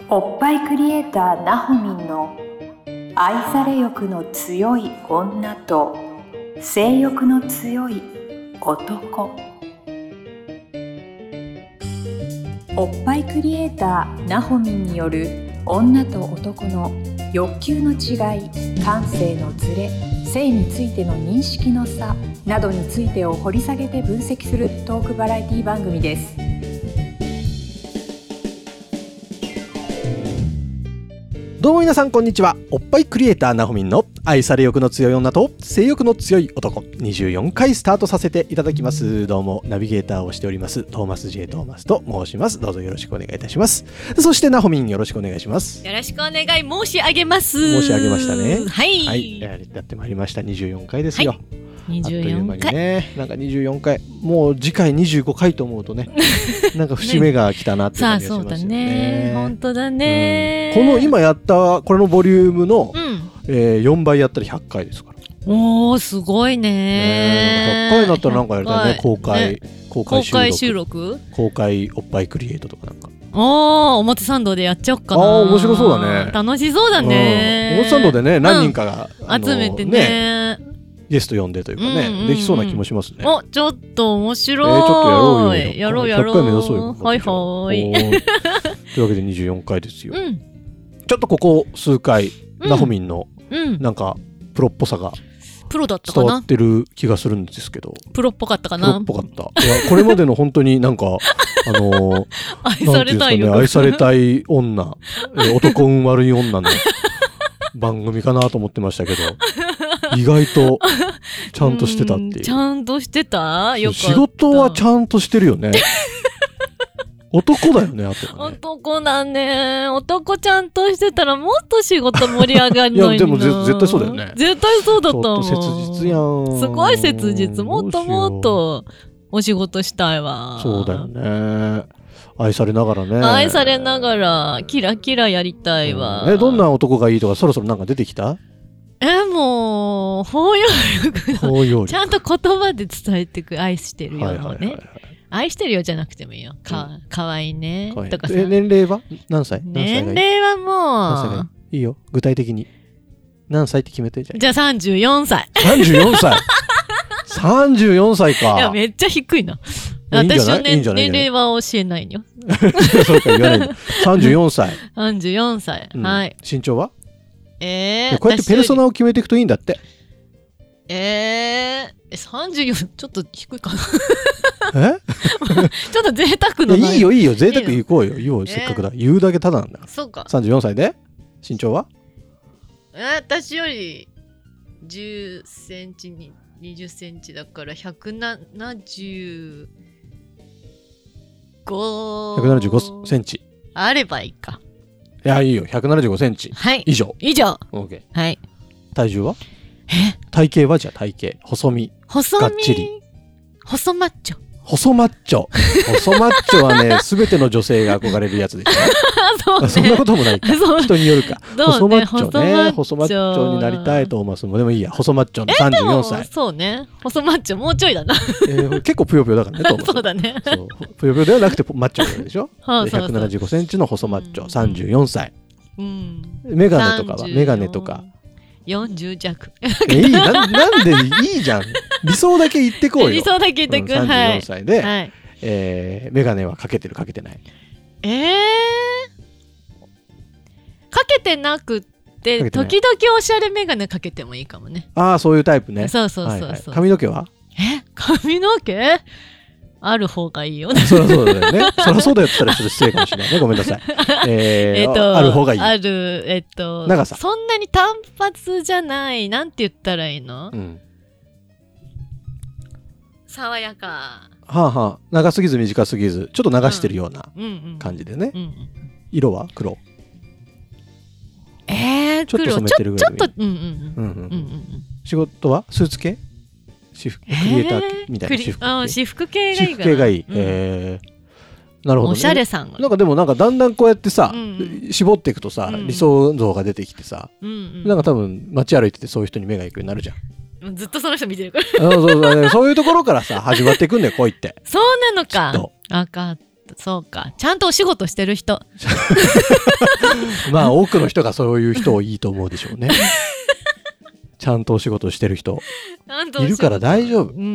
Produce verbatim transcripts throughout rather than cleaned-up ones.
おっぱいクリエイターなほみんの愛され欲の強い女と性欲の強い男。おっぱいクリエイターなほみんによる女と男の欲求の違い、感性のズレ、性についての認識の差などについてを掘り下げて分析するトークバラエティ番組です。 どうも皆さんこんにちは。おっぱいクリエイターなほみんの愛され欲の強い女と性欲の強い男にじゅうよんかいスタートさせていただきます。どうもナビゲーターをしておりますトーマス J トーマスと申します。どうぞよろしくお願いいたします。そしてなほみんよろしくお願いします。 よろしくお願い申し上げます。 申し上げましたね。 はい、 はい、やってまいりました。にじゅうよんかいですよ、はい、 にじゅうよんかいあっという間にね。なんかにじゅうよんかい、もう次回にじゅうごかいと思うとねなんか節目が来たなって感じがしますよね。さあそうだね、 本当だね、 うん、この今やったこれのボリュームの、 うんえー、よんばいやったらひゃっかいですから。 おーすごいねね、ひゃっかいになったらなんかやりたいね。公開、ね、公開収録、 公開収録公開おっぱいクリエイトとかなんか。 ああ表参道でやっちゃおっかな。 ああ面白そうだね。 楽しそうだね、 うん、表参道でね何人かが、 うん、集めてね、 ねゲスト呼んでというかね、うんうんうん、できそうな気もしますね。 おちょっと面白い、 えー、ちょっとやろうよ。 やろうやろう。 ひゃっかい目指そうよ。 はいはいというわけでにじゅうよんかいですよ、 うん、 ちょっとここ数回、うん、なほみんの、うん、なんかプロっぽさがプロだったかな、 伝わってる気がするんですけど。 プロっぽかったかな。 プロっぽかった。いやこれまでの本当になんかあのー、 愛されたいよ、 ね、愛されたい女、男運悪い女の番組かなと思ってましたけど意外とちゃんとしてたっていう。 ちゃんとしてた。よかった。 仕事はちゃんとしてるよね男だよね、あとね。 男だね。男ちゃんとしてたらもっと仕事盛り上がるのにな。いやでも絶対そうだよね。 絶対そうだったもん。 ちょっと切実やん。 すごい切実。もっともっとお仕事したいわ。 そうだよね。愛されながらね。 愛されながらキラキラやりたいわ、 うん、えどんな男がいいとかそろそろなんか出てきた？ えもう包容力包容力ちゃんと言葉で伝えてく。愛してるよのね、はいはいはいはい、愛してるよじゃなくてもいいよ。か、うん、かわいいねかわいいとかさ。え年齢は何歳？ 年齢はもういいよ、具体的に何歳って決めて。じゃあじゃあさんじゅうよんさい。 さんじゅうよんさいさんじゅうよんさいか。 いやめっちゃ低いな。私の、ね、年齢は教えないよそうか言わないの。さんじゅうよんさいさんじゅうよんさい、うん、はい。 身長は？ えー、 こうやってペルソナを決めていくといいんだって。 えー、さんじゅうよんちょっと低いかなえちょっと贅沢のない。 いいよいいよ贅沢行こうよ。言おう、せっかくだ、えー、言うだけただなんだ。 そうか。 さんじゅうよんさいで身長は？ えー、私よりじゅっセンチににじゅっセンチだからひゃくななじゅうご ひゃくななじゅうごセンチあればいいか。 いやいいよ、ひゃくななじゅうごセンチ、 はい、 以上以上 OK。 はい。 体重は？ え体型は？じゃあ体型細身細身がっちり細マッチョ細マッチョ細マッチョはね全ての女性が憧れるやつでしょそう、ね、そんなこともないか人によるか、ね、細マッチョね。細マッチョになりたいと思いますもでもいいや、細マッチョのさんじゅうよんさい。 そうね、細マッチョもうちょいだな、 えー、結構ぷよぷよだからねそうだね。 そうぷよぷよではなくてマッチョでしょでひゃくななじゅうごセンチの細マッチョ、うん、さんじゅうよんさい、うん、メガネとかは？メガネとかよんじゅう弱いい な, なんでいいじゃん。理想だけ言ってこうよ。 理想だけ言ってく、うん、 さんじゅうよんさいで、 はい、 えー、メガネはかけてるかけてない？ えー、かけてなくって時々おしゃれメガネかけてもいいかもね。 ああそういうタイプね。 そうそうそうそう、はいはい、 髪の毛は？ え髪の毛ある方がいいよね。 そりゃそうだよね。そりゃそうだよって言ったらちょっと失礼かもしれないね。ごめんなさい。えー、えーとある方がいい。 あるえっと長さ。 そんなに単発じゃない。なんて言ったらいいの？うん、爽やか。 はあはあ、長すぎず短すぎずちょっと流してるような感じでね。うんうんうんうん、色は黒？ えー、 ちょっと染めてるぐらい。 ちょっとうんうんうんうんうん。 仕事はスーツ系？私服クリエイターみたいな私服系、 あ私服系がいいかな。 私服系がいい、うん、えー、なるほど、ね、 おしゃれさんなんかでもなんかだんだんこうやってさ、うん、絞っていくとさ、うん、理想像が出てきてさ、うんうん、なんか多分街歩いててそういう人に目が行くようになるじゃん。 ずっとその人見てるからそうそうそう、ね、そういうところからさ始まっていくんだよ恋って。 そうなのか。分かった。 そうか、ちゃんとお仕事してる人まあ多くの人がそういう人をいいと思うでしょうねちゃんとお仕事してる人いるから大丈夫、うん、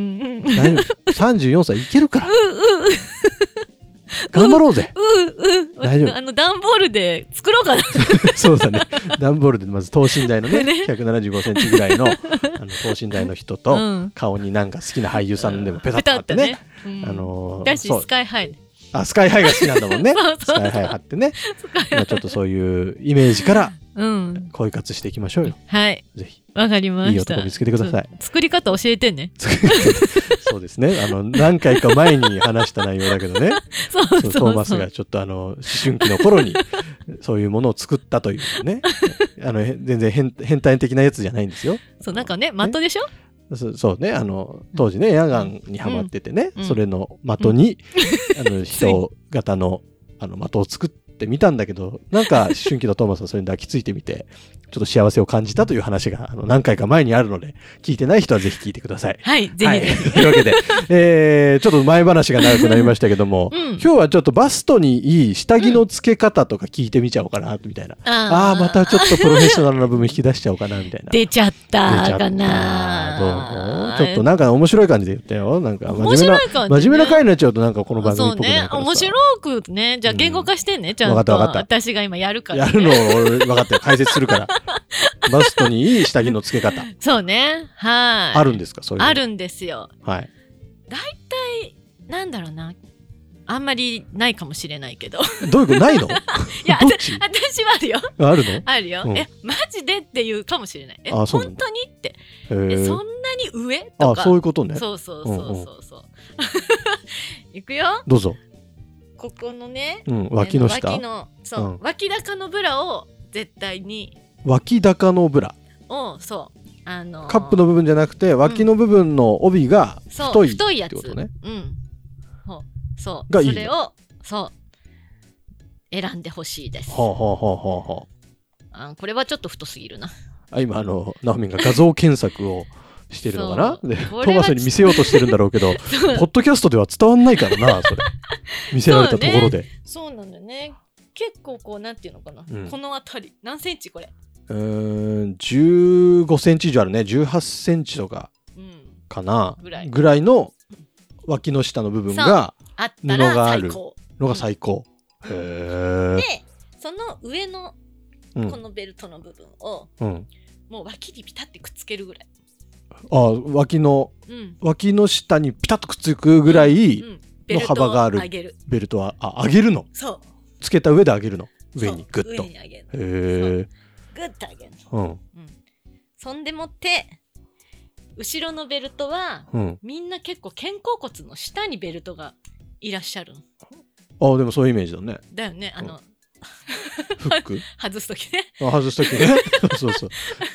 大丈夫さんじゅうよんさいいけるから、うんうん、頑張ろうぜ、 うんうん、 大丈夫。 あの段ボールで作ろうかなそうだね、段ボールでまず等身大のねひゃくななじゅうごセンチぐらいのあの等身大の人と、うん、顔になんか好きな俳優さんでもペタッと貼ってね、うん、あのー、 だしスカイハイあスカイハイが好きなんだもんねそうそうそう、スカイハイ貼ってねまあちょっとそういうイメージから恋活していきましょうよ、うん、 はいぜひわかりました。 いい男見つけてください。 作り方教えてねそうですね、あの何回か前に話した内容だけどねそうそうそう、トーマスがちょっとあの思春期の頃にそういうものを作ったというねあの全然 変, 変態的なやつじゃないんですよ。 そうなんかね的でしょ、 ね、そ, そうね、あの当時ねエアガンにハマっててね、うん、それの的に、うん、あの人型のあの的を作ってみたんだけど、なんか思春期のトーマスはそれに抱きついてみてちょっと幸せを感じたという話があの何回か前にあるので、聞いてない人はぜひ聞いてください。 はい、ぜひ、はい、 というわけで、えー、ちょっと前話が長くなりましたけども、うん、今日はちょっとバストにいい下着の付け方とか聞いてみちゃおうかなみたいな、うん、ああまたちょっとプロフェッショナルな部分引き出しちゃおうかなみたいな出ちゃったかな、 どうちょっとなんか面白い感じで言ったよ。なんか真面目な、ね、真面目な回になっちゃうとなんかこの番組っぽくないからさ、 そうね、面白くね、じゃあ言語化してね、うん、ちゃんと分かった分かった、 私が今やるから、 ね、やるのを分かったよ、解説するからバストにいい下着の付け方そうね、はい、 あるんですか？そういうのあるんですよ。 はい。 だいたいなんだろうな、あんまりないかもしれないけどどういうことないの？いや私はあるよ。 あるの？ あるよ、うん、えマジでっていうかもしれない。えあ本当にってえそんなに上とか、 あそういうことね。 そうそうそうそうそう、うん、いくよ。 どうぞ。 ここのね、 うん、脇の下、 脇のそう、うん、脇高のブラを絶対に、 脇高のブラをそう、あのー、 カップの部分じゃなくて脇の部分の帯が太い、うん、 太いやつってことね。うんそうがいい、それをそう選んでほしいです。 はあはあはあはあ、あこれはちょっと太すぎるな。 あ今あのナオミンが画像検索をしてるのかなでトーマスに見せようとしてるんだろうけどポッドキャストでは伝わんないからなそれ見せられたところで。 そう、ね、そうなんだよね。結構こうなんていうのかな、うん、このあたり何センチこれ、 うーんじゅうごセンチ以上あるね。じゅうはちセンチとかかな、うん、ぐらい、ぐらいの脇の下の部分が布があるのが最高、うん、へー。 でその上のこのベルトの部分を、うん、もう脇にピタッてくっつけるぐらい、 あ脇の、うん、脇の下にピタッとくっつくぐらいの幅があるベルトはあ上げるの。 そうつけた上で上げるの。上にグッと。 上に上げるの。 へー。 グッと上げるの。うん。うん、そんでもって後ろのベルトは、うん、みんな結構肩甲骨の下にベルトがいらっしゃるの。 あでもそういうイメージだね。 だよね。あの、うん、 フック外すときね。 あ外すときね。そうそう。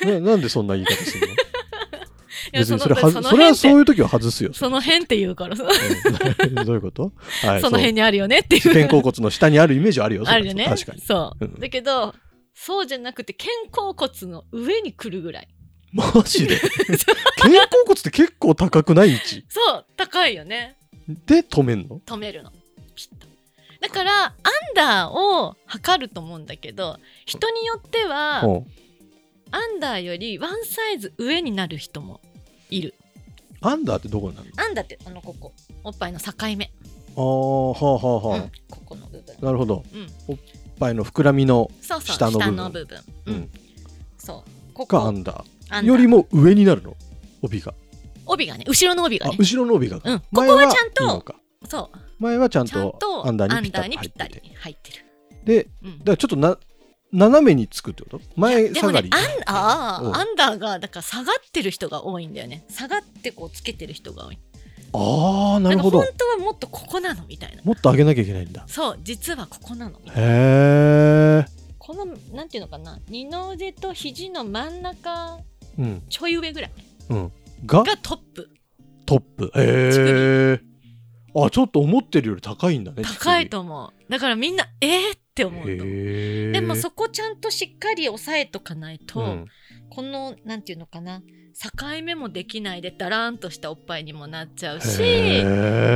な, なんでそんな言い方するの？別にそれはそ, それはそういう時は外すよ。 その辺って言うからさ、 うん、どういうこと？ はい、その辺にあるよねっていう。 肩甲骨の下にあるイメージはあるよ。 あるよね。 確かに。 そう、うん、だけどそうじゃなくて肩甲骨の上に来るぐらい。 マジで？肩甲骨って結構高くない位置？ そう高いよね。 で止めんの？ 止めるの。ピッと。だからアンダーを測ると思うんだけど、人によっては、うん、アンダーよりワンサイズ上になる人もいる。 アンダーってどこになるの？ アンダーってあのここおっぱいの境目。 ああはあはあはあ、うん、 ここの部分。 なるほど、うん、おっぱいの膨らみの下の部分。そうそう下の部分、 うんうん、そうここがアンダーよりも上になるの？帯が帯がね、後ろの帯がね、 後ろの帯が、 うん、ここはちゃんとそう前はちゃんとアンダーにピタッと入ってて、 入ってるで、うん、だからちょっとな斜めにつくってこと？前下がり。 でもね、アン、あアンダーがだから下がってる人が多いんだよね。下がってこうつけてる人が多い。 ああなるほど。 本当はもっとここなのみたいな。 もっと上げなきゃいけないんだ。 そう実はここなのみたいな。 へえ。 このなんていうのかな、二の腕と肘の真ん中、うん、ちょい上ぐらい、うん、ががトップ。 トップ。へえ。あちょっと思ってるより高いんだね。 高いと思う。だからみんなえーって思うと。でもそこちゃんとしっかり押さえとかないと、うん、このなんていうのかな、境目もできないでダラーンとしたおっぱいにもなっちゃうし、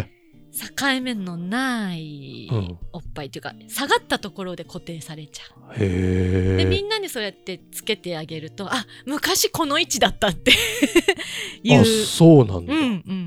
境目のないおっぱいっていうか、うん、下がったところで固定されちゃう。 へー。 でみんなにそうやってつけてあげると、あ、昔この位置だったっていう。 あ、そうなんだ、 うんうん、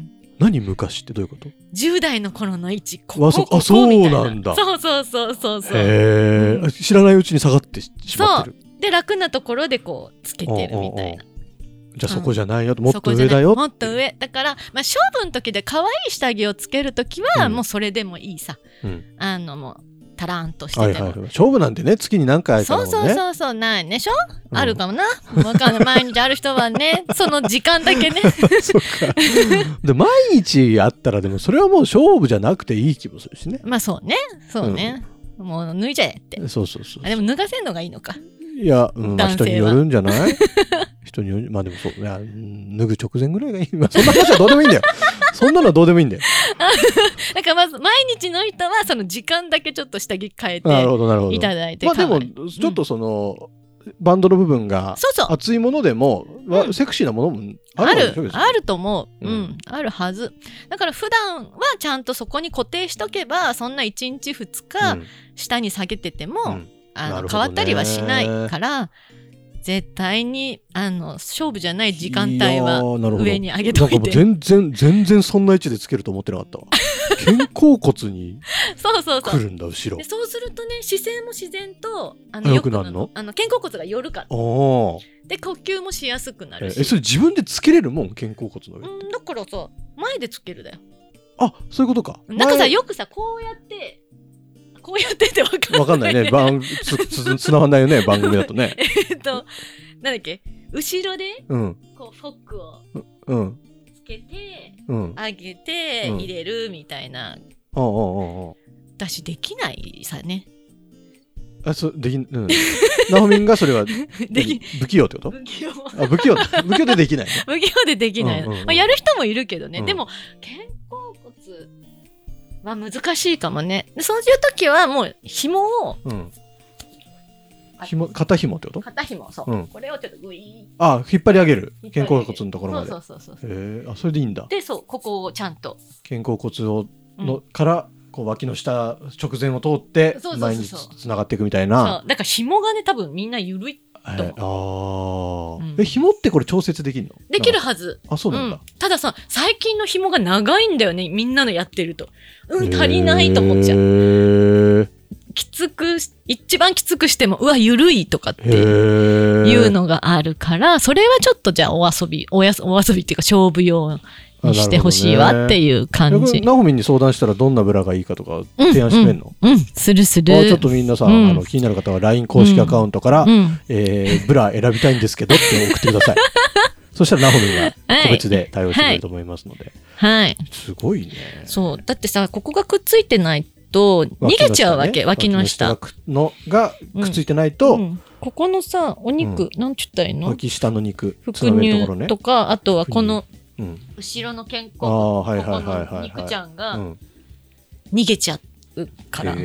何昔ってどういうこと？ じゅう代の頃の位置、ここ、 あ、そ、 ここあ、そうみたいな。 なんだ。 そうそうそうそうそう。 へー、うん、知らないうちに下がってしまってる。 そうで楽なところでこうつけてるみたいな。 じゃあそこじゃないよと、うん、もっと上だよ。 もっと上だから、まあ、勝負の時で可愛い下着をつける時は、うん、もうそれでもいいさ、うん、あのもうタランとしてても、はいはいはい、 勝負なんてね月に何回かだもんね。 そうそうそうそうないでしょ、うん、あるかもな、わかんない毎日ある人はねその時間だけねそっかで毎日あったらでもそれはもう勝負じゃなくていい気もするしね。 まあそうねそうね、うん、もう脱いじゃえって。 そうそうそう。 あでも脱がせんのがいいのか。 いや、うんまあ、人によるんじゃない人による。まあでもそういや脱ぐ直前ぐらいがいい、まあ、そんな話はどうでもいいんだよそんなのはどうでもいいんだよだからまず毎日の人はその時間だけちょっと下着変えていただいて、 まあでもちょっとその、うん、バンドの部分が厚いものでもそうそう、セクシーなものもあるわけでしょ。 ある、あると思う、うんうん、あるはず。だから普段はちゃんとそこに固定しとけばそんないちにちふつか下に下げてても、うん、あの変わったりはしないから絶対にあの勝負じゃない時間帯は上に上げといて。 全然全然そんな位置でつけると思ってなかったわ肩甲骨にそうそうそう来るんだ後ろでそうするとね姿勢も自然とあのよくなるの。あの肩甲骨が寄るからで呼吸もしやすくなるし。 えそれ自分でつけれるもん肩甲骨の上って。 うんだからさ前でつけるだよ。 あそういうことか。 なんかさよくさこうやってこうやってて分かんない。 分かんないね。番つつつながんないよね番組だとね。 えっとなんだっけ後ろで、うん、こうフォックをつけて、うん、上げて、うん、入れるみたいな。 ああああ私できないさね。 あそうできん。うん。ナホミンがそれはでき不器用ってこと？不器用。あ不器用不器用でできない、ね。 不器用でできないの。うんうんうんまあ、やる人もいるけどね。うん、でも肩甲骨は難しいかもね。そういう時はもう紐を、うん、 紐肩紐ってこと？ 肩紐そう、うん、これをちょっとグイーあ引っ張り上げる肩甲骨のところまで。 そうそうそうそう。 へえあそれでいいんだ。 でそうここをちゃんと肩甲骨をの、うん、からこう脇の下直前を通って前につながっていくみたいな。 そうだから紐がね多分みんな緩いと思う。あ、うん、え紐ってこれ調節できるの？ できるはず。 あそうなんだ、うん、 たださ最近の紐が長いんだよねみんなのやってると。うん足りないと思っちゃう。きつく一番きつくしてもうわ緩いとかっていうのがあるからそれはちょっとじゃあお遊びおやお遊びっていうか勝負用にしてほしいわっていう感じ。 ナホミンに相談したらどんなブラがいいかとか提案してくれるの？ うん、うんうん、するする。 ちょっとみんなさ、うん、あの気になる方は ライン 公式アカウントから、うんえー、ブラ選びたいんですけどって送ってくださいそしたらナホミンが個別で対応してくれると思いますので、 はいはい、 すごいね。 そうだってさここがくっついてないと逃げちゃうわけ。脇の下、 ね、脇の下のがくっついてないと、うんうん、 ここのさお肉、うん、なんちゅったらいいの脇下の肉腹乳とかあとはこのうん、後ろの肩甲骨、ここの肉ちゃんが逃げちゃうから、うん、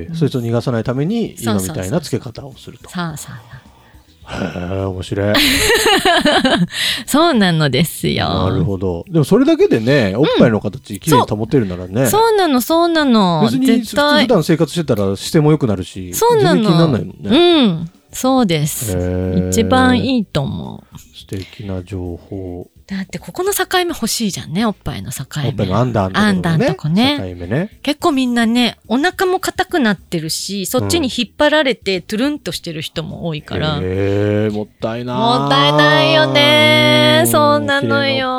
それと逃がさないために今みたいな付け方をすると。 さあさあへえ面白いそうなのですよ。 なるほど。でもそれだけでねおっぱいの形きれいに保てるならね、うん、 そ, そうなのそうなの。 別に普段生活してたら姿勢も良くなるしそうなの全然気にならないもんね。 うんそうです。一番いいと思う。 素敵な情報。 だってここの境目欲しいじゃんねおっぱいの境目。 おっぱいのアンダーのところね。 アンダーのとこね。 境目ね。 結構みんなねお腹も硬くなってるしそっちに引っ張られてトゥルンとしてる人も多いから。 へーもったいない。 もったいないよね。そうなのよ。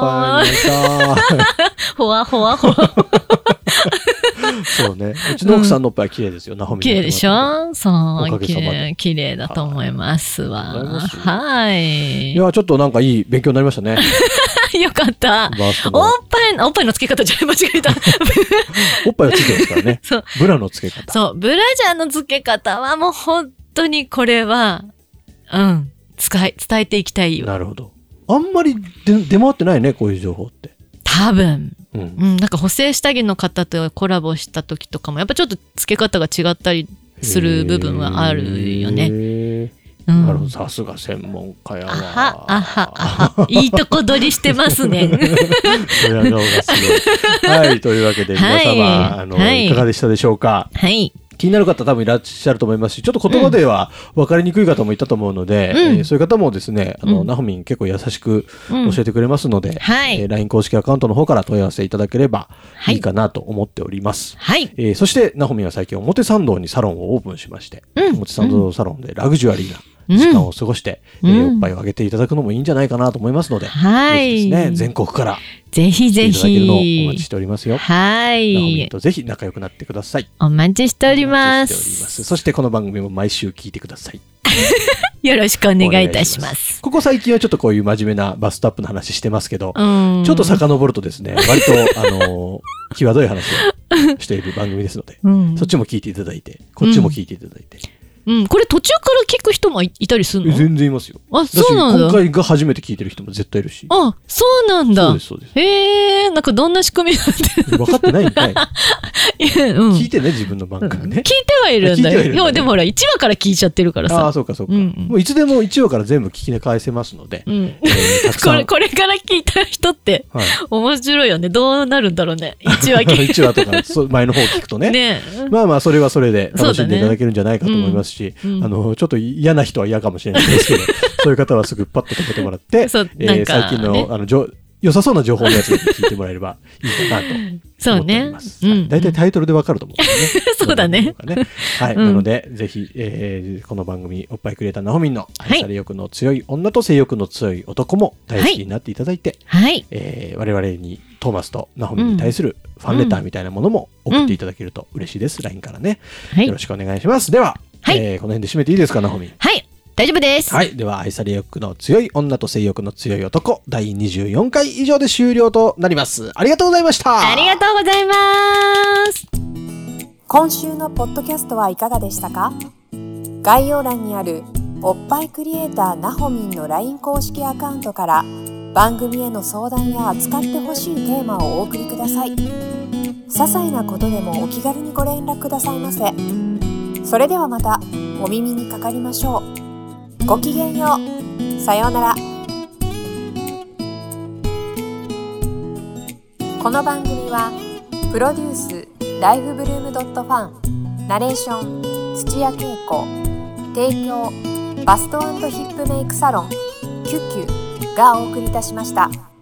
ほわほわほわ。 そうね。うちの奥さんのおっぱい綺麗ですよ。ナホミン。綺麗でしょ。そう綺麗綺麗だと思いますわ。はい。 いやちょっとなんかいい勉強になりましたね。 よかった。おっぱいおっぱいの付け方じゃ間違えた。 おっぱいをつけてますからね。そう。ブラの付け方。 そうブラジャーの付け方はもう本当にこれはうん使い伝えていきたいよ。 なるほど。あんまり出出回ってないねこういう情報って。 多分、うんうん、なんか補正下着の方とコラボした時とかもやっぱちょっと付け方が違ったりする部分はあるよね。 うん、 なるほど、さすが専門家やわ。 あはあはあはいいとこ取りしてますね。 親顔がすごい。はい、というわけで皆様、はい、あの、はい、いかがでしたでしょうか。 はい。 気になる方多分いらっしゃると思いますし、ちょっと言葉では分かりにくい方もいたと思うので、うんえー、そういう方もですね、あの、うん、ナホミン結構優しく教えてくれますので、うんはいえー、ライン 公式アカウントの方から問い合わせいただければいいかなと思っております。 はいえー、そしてナホミンは最近表参道にサロンをオープンしまして、うん、表参道サロンでラグジュアリーな時間を過ごして、うんえー、おっぱいをあげていただくのもいいんじゃないかなと思いますので、 はい、 ぜひですね、全国からぜひぜひ来ていただけるのをお待ちしておりますよ。 はい。 ナホミンとぜひ仲良くなってください。 お待ちしております。 お待ちしております。そしてこの番組も毎週聞いてください。 よろしくお願いいたします。 ここ最近はちょっとこういう真面目なバストアップの話してますけど、ちょっと遡るとですね、割とあのー、際どい話をしている番組ですので、うん、そっちも聞いていただいて、こっちも聞いていただいて。うんうん、これ途中から聞く人も い, いたりするの？ 全然いますよ。 あ、そうなんだ。 今回が初めて聞いてる人も絶対いるし。 あ、そうなんだ。 そうですそうです。 へえ、なんかどんな仕組みなんて分かってないんかい。 いや、うん、 聞いてね、自分の番組ね。 聞いてはいるんだよ。いや、でもほらいちわから聞いちゃってるからさ。 あ、そうかそうか、うんうん。もういつでもいちわから全部聞き返せますので。うん、えー、 これこれから聞いた人って、はい、面白いよね。どうなるんだろうね。いちわ聞いいちわとか前の方聞くとね。ね。まあまあそれはそれで楽しんでいただけるんじゃないかと思いますし、うんうん、あのちょっと嫌な人は嫌かもしれないですけど、そういう方はすぐパッと止めてもらって、えー、最近の、ね、あの良さそうな情報のやつに聞いてもらえればいいかなと思っております。そうね。だいたいタイトルでわかると思うんですね。 そうだね。 はい、うん、なのでぜひ、えー、この番組おっぱいクリエイターナホミンの愛され欲の強い女と性欲の強い男も大好きになっていただいて、 はいえー、我々にトーマスとナホミンに対するファンレターみたいなものも送っていただけると嬉しいです。うん、ライン からね、はい、よろしくお願いします。では、はいえー、この辺で締めていいですか、ナホミン。 はい。大丈夫です。 はい。では、愛され欲の強い女と性欲の強い男、だいにじゅうよんかい以上で終了となります。ありがとうございました。 ありがとうございます。 今週のポッドキャストはいかがでしたか？概要欄にあるおっぱいクリエイターなほみんの ライン 公式アカウントから番組への相談や扱ってほしいテーマをお送りください。些細なことでもお気軽にご連絡くださいませ。それではまたお耳にかかりましょう。ごきげんよう。さようなら。この番組はプロデュースライフブルームドットファン、ナレーション土屋恵子、提供バスト&ヒップメイクサロンキュッキュがお送りいたしました。